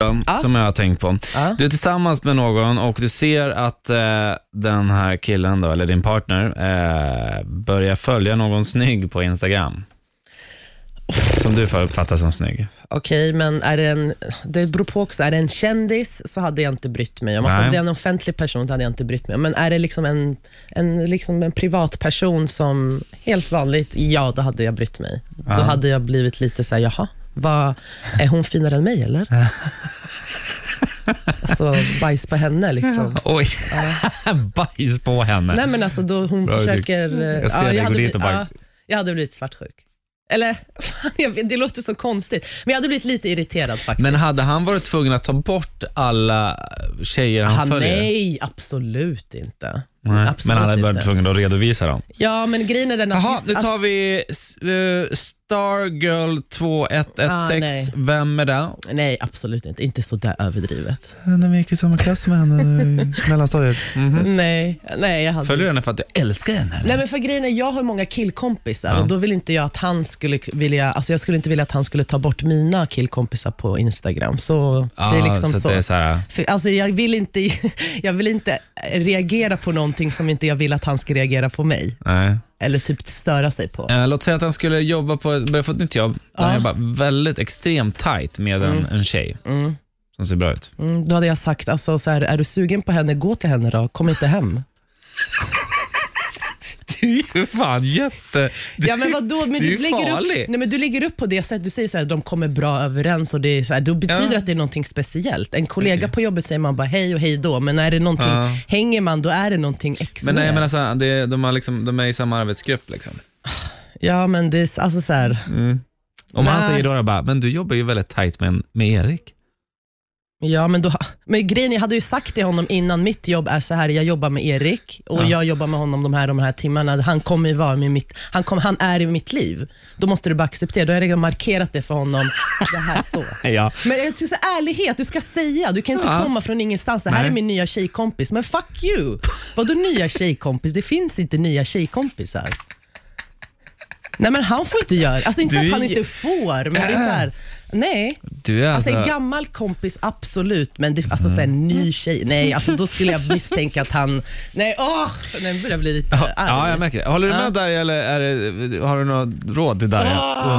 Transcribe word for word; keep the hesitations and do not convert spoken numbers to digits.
också Ja. som jag har tänkt på. Ja. Du är tillsammans med någon och du ser att eh, den här killen då, eller din partner eh, börjar följa någon snygg på Instagram. Som du får uppfatta som snygg. Okej, men är det en, det beror på också, är det en kändis så hade jag inte brytt mig om. Alltså, om det är en offentlig person så hade jag inte brytt mig om. Men är det liksom en, en, liksom en privatperson som helt vanligt, ja då hade jag brytt mig. Ja. Då hade jag blivit lite så här, jaha, vad, är hon finare än mig eller? Alltså bajs på henne liksom. Oj, bajs på henne. Nej men alltså då hon Bra, försöker... jag ser ja, dig jag, gå hade, dit och bara... ja, jag hade blivit svartsjuk. Eller, fan, jag vet, det låter så konstigt. Men jag hade blivit lite irriterad faktiskt. Men hade han varit tvungen att ta bort alla tjejer han, han följer? Nej, absolut inte. Nej, absolut men han hade varit inte. tvungen att redovisa dem. Ja, men grejen är den att... Jaha, just- nu tar alltså, vi uh, Stargirl två ett ett sex. Ah, nej. Vem är det? nej, absolut inte. Inte så där överdrivet. När vi gick i samma klass med henne i mellanstadiet. Mm-hmm. Nej, nej, jag hade... Följer du henne för att du älskar henne? Nej, men för grejen är, jag har många killkompisar Ja. och då vill inte jag att han skulle vilja, alltså jag skulle inte vilja att han skulle ta bort mina killkompisar på Instagram. Så Ja, det är liksom så. så. Det är så här... För, alltså jag vill inte jag vill inte reagera på någonting som inte jag vill att han ska reagera på mig. Nej. Eller typ störa sig på. Eh, låt säga att han skulle jobba på, börja få ett nytt jobb. Ja. Han jobbar väldigt extremt tight med en, en tjej Mm. som ser bra ut. Mm, då hade jag sagt, alltså, så här, är du sugen på henne, gå till henne då, kom inte hem. Du är ju fan jätte... Du, Ja, men vadå? Men du du, är ju lägger farlig. upp, nej, men du lägger upp på det sättet, du säger så här, de kommer bra överens och det är så här, då betyder Ja. att det är någonting speciellt. En kollega Okej. på jobbet säger man bara hej och hej då, men är det någonting, Ja. hänger man då är det någonting extra. Men nej, men alltså, det, de, har liksom, de är i samma arbetsgrupp liksom. Ja, men det är alltså så här. Mm. Om han Nej. säger då bara, men du jobbar ju väldigt tight med, med Erik. Ja, men då, men grejen, jag hade ju sagt till honom innan, mitt jobb är så här, jag jobbar med Erik och Ja. jag jobbar med honom de här, de här timmarna, han kommer ju vara med mitt, han, kom, han är i mitt liv. Då måste du bara acceptera, då har jag redan markerat det för honom, det här så. Ja. Men jag tycker så ärlighet, du ska säga, du kan inte Ja. komma från ingenstans, det här Nej. är min nya tjejkompis, men fuck you. Vadå nya tjejkompis? Det finns inte nya tjejkompisar. Nej, men han får inte göra, alltså inte Du att är- han inte får, men det är så här, nej. Du är Alltså alltså... en gammal kompis, absolut. Men det, alltså så en ny tjej, nej, alltså då skulle jag misstänka att han... Nej, åh, den börjar bli lite arg. Ja, jag märker det. Håller du med Ja. Darja eller är det, har du något råd till Darja? Åh.